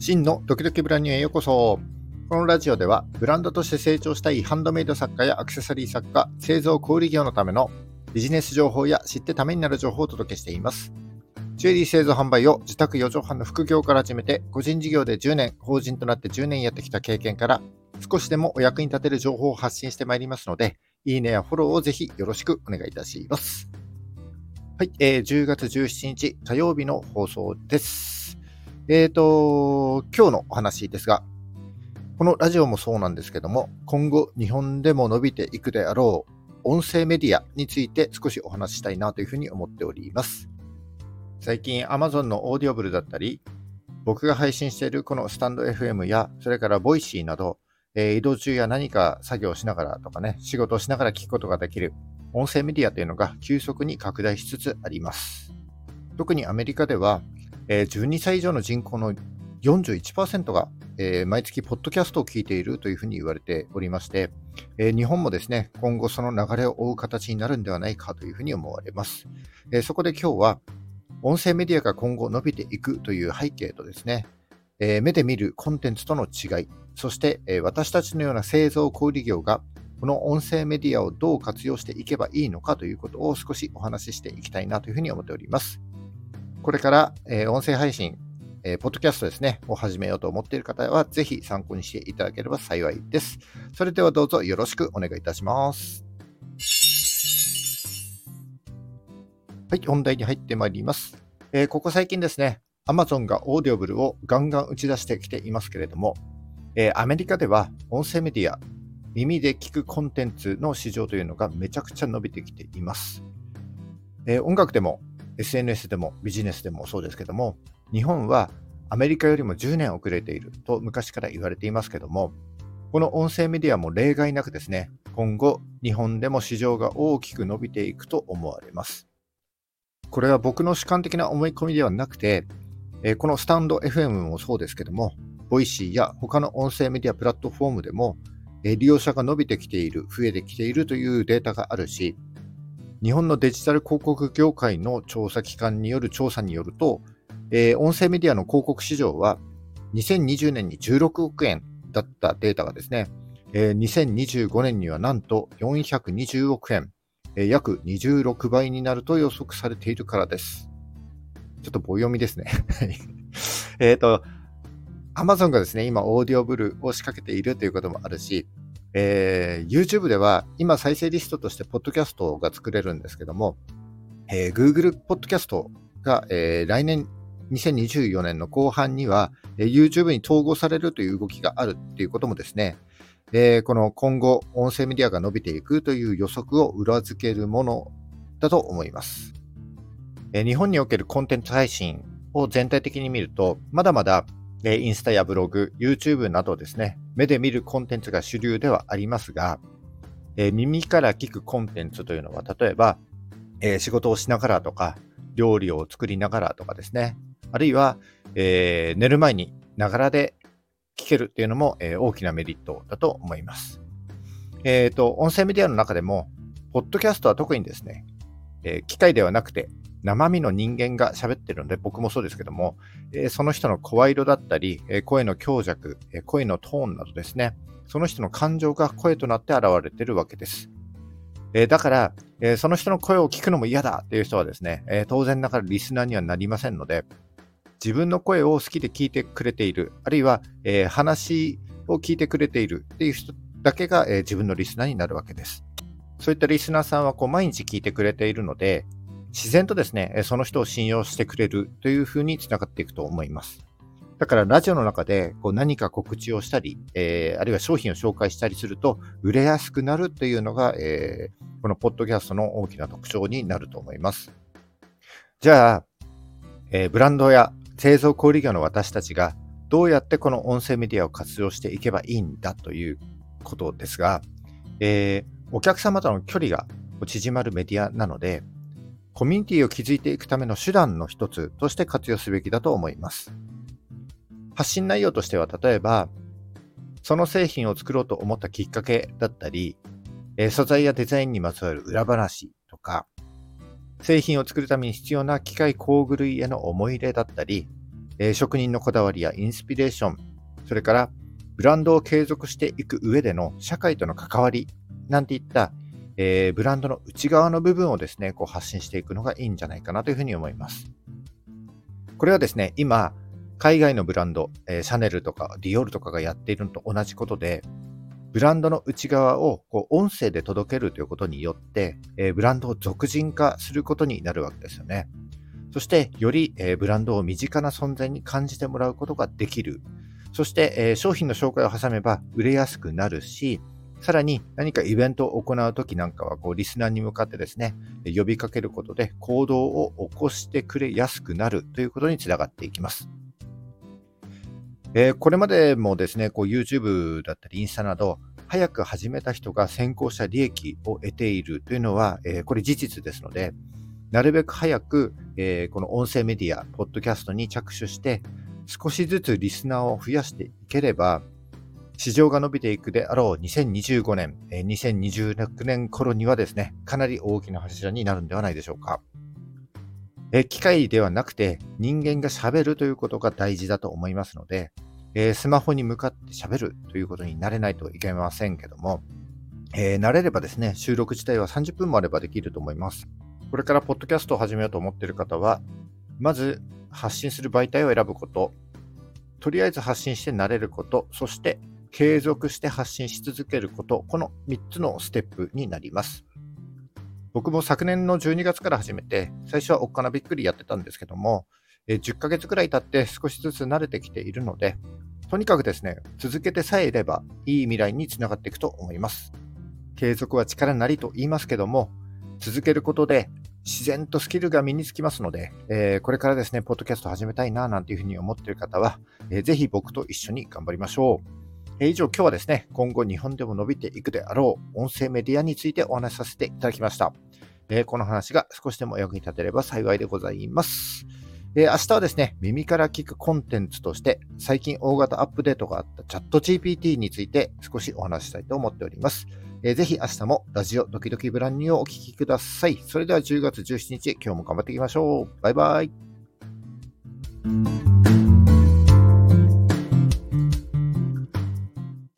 真のドキドキブランニュへようこそ。このラジオではブランドとして成長したいハンドメイド作家やアクセサリー作家、製造小売業のためのビジネス情報や知ってためになる情報をお届けしています。ジュエリー製造販売を自宅4畳半の副業から始めて、個人事業で10年、法人となって10年やってきた経験から、少しでもお役に立てる情報を発信してまいりますので、いいねやフォローをぜひよろしくお願いいたします。はい、10月17日火曜日の放送です。今日のお話ですが、このラジオもそうなんですけども、今後日本でも伸びていくであろう音声メディアについて少しお話ししたいなというふうに思っております。最近 Amazon のオーディオブルだったり、僕が配信しているこのスタンド FM や、それからボイシーなど、移動中や何か作業しながらとかね、仕事をしながら聞くことができる音声メディアというのが急速に拡大しつつあります。特にアメリカでは、12歳以上の人口の 41% が、毎月ポッドキャストを聞いているというふうに言われておりまして、日本もですね、今後その流れを追う形になるんではないかというふうに思われます。そこで今日は音声メディアが今後伸びていくという背景とですね、目で見るコンテンツとの違い、そして、私たちのような製造小売業がこの音声メディアをどう活用していけばいいのかということを少しお話ししていきたいなというふうに思っております。これから、音声配信、ポッドキャストですね、を始めようと思っている方は、ぜひ参考にしていただければ幸いです。それではどうぞよろしくお願いいたします。はい、本題に入ってまいります。ここ最近ですね、Amazon がオーディオブルをガンガン打ち出してきていますけれども、アメリカでは音声メディア、耳で聞くコンテンツの市場というのがめちゃくちゃ伸びてきています。音楽でも SNS でもビジネスでもそうですけども、日本はアメリカよりも10年遅れていると昔から言われていますけども、この音声メディアも例外なくですね、今後日本でも市場が大きく伸びていくと思われます。これは僕の主観的な思い込みではなくて、このスタンド FM もそうですけども、ボイシーや他の音声メディアプラットフォームでも、利用者が伸びてきている、増えてきているというデータがあるし、日本のデジタル広告業界の調査機関による調査によると、音声メディアの広告市場は2020年に16億円だったデータがですね、2025年にはなんと420億円、約26倍になると予測されているからです。ちょっと棒読みですね。Amazon がですね、今オーディオブルを仕掛けているということもあるし、YouTube では今再生リストとしてポッドキャストが作れるんですけども、Google ポッドキャストが、来年2024年の後半には、YouTube に統合されるという動きがあるということもですね、この今後音声メディアが伸びていくという予測を裏付けるものだと思います。日本におけるコンテンツ配信を全体的に見ると、まだまだインスタやブログ、YouTube などですね、目で見るコンテンツが主流ではありますが、耳から聞くコンテンツというのは、例えば、仕事をしながらとか、料理を作りながらとかですね、あるいは、寝る前にながらで聞けるっていうのも、大きなメリットだと思います。音声メディアの中でも、ポッドキャストは特にですね、機械ではなくて生身の人間が喋ってるので、僕もそうですけども、その人の声色だったり、声の強弱、声のトーンなどですね、その人の感情が声となって現れているわけです。だから、その人の声を聞くのも嫌だっていう人はですね、当然ながらリスナーにはなりませんので、自分の声を好きで聞いてくれている、あるいは、話を聞いてくれているっていう人だけが、自分のリスナーになるわけです。そういったリスナーさんは毎日聞いてくれているので、自然とですね、その人を信用してくれるというふうにつながっていくと思います。だからラジオの中で何か告知をしたり、あるいは商品を紹介したりすると売れやすくなるというのが、このポッドキャストの大きな特徴になると思います。じゃあ、ブランドや製造小売業の私たちがどうやってこの音声メディアを活用していけばいいんだということですが、お客様との距離が縮まるメディアなので、コミュニティを築いていくための手段の一つとして活用すべきだと思います。発信内容としては、例えば、その製品を作ろうと思ったきっかけだったり、素材やデザインにまつわる裏話とか、製品を作るために必要な機械工具類への思い入れだったり、 職人のこだわりやインスピレーション、それからブランドを継続していく上での社会との関わりなんていった、ブランドの内側の部分をですね、発信していくのがいいんじゃないかなというふうに思います。これはですね、今、海外のブランド、シャネルとかディオールとかがやっているのと同じことで、ブランドの内側を音声で届けるということによって、ブランドを俗人化することになるわけですよね。そして、より、ブランドを身近な存在に感じてもらうことができる。そして、商品の紹介を挟めば売れやすくなるし、さらに何かイベントを行うときなんかはリスナーに向かってですね、呼びかけることで行動を起こしてくれやすくなるということにつながっていきます。これまでもですね、YouTube だったりインスタなど、早く始めた人が先行した利益を得ているというのは、これ事実ですので、なるべく早く、この音声メディア、ポッドキャストに着手して、少しずつリスナーを増やしていければ、市場が伸びていくであろう2025年、2026年頃にはですね、かなり大きな柱になるんではないでしょうか。機械ではなくて人間が喋るということが大事だと思いますので、スマホに向かって喋るということになれないといけませんけども、慣れればですね、収録自体は30分もあればできると思います。これからポッドキャストを始めようと思っている方は、まず発信する媒体を選ぶこと、とりあえず発信して慣れること、そして継続して発信し続けること、この3つのステップになります。僕も昨年の12月から始めて、最初はおっかなびっくりやってたんですけども、10ヶ月くらい経って少しずつ慣れてきているので、とにかくですね、続けてさえいればいい未来につながっていくと思います。継続は力なりと言いますけども、続けることで自然とスキルが身につきますので、これからですね、ポッドキャスト始めたいななんていうふうに思っている方は、ぜひ僕と一緒に頑張りましょう。以上、今日はですね、今後日本でも伸びていくであろう音声メディアについてお話しさせていただきました。この話が少しでもお役に立てれば幸いでございます。明日はですね、耳から聞くコンテンツとして最近大型アップデートがあったチャット GPT について少しお話ししたいと思っております。ぜひ明日もラジオドキドキブランニューをお聞きください。それでは10月17日、今日も頑張っていきましょう。バイバイ。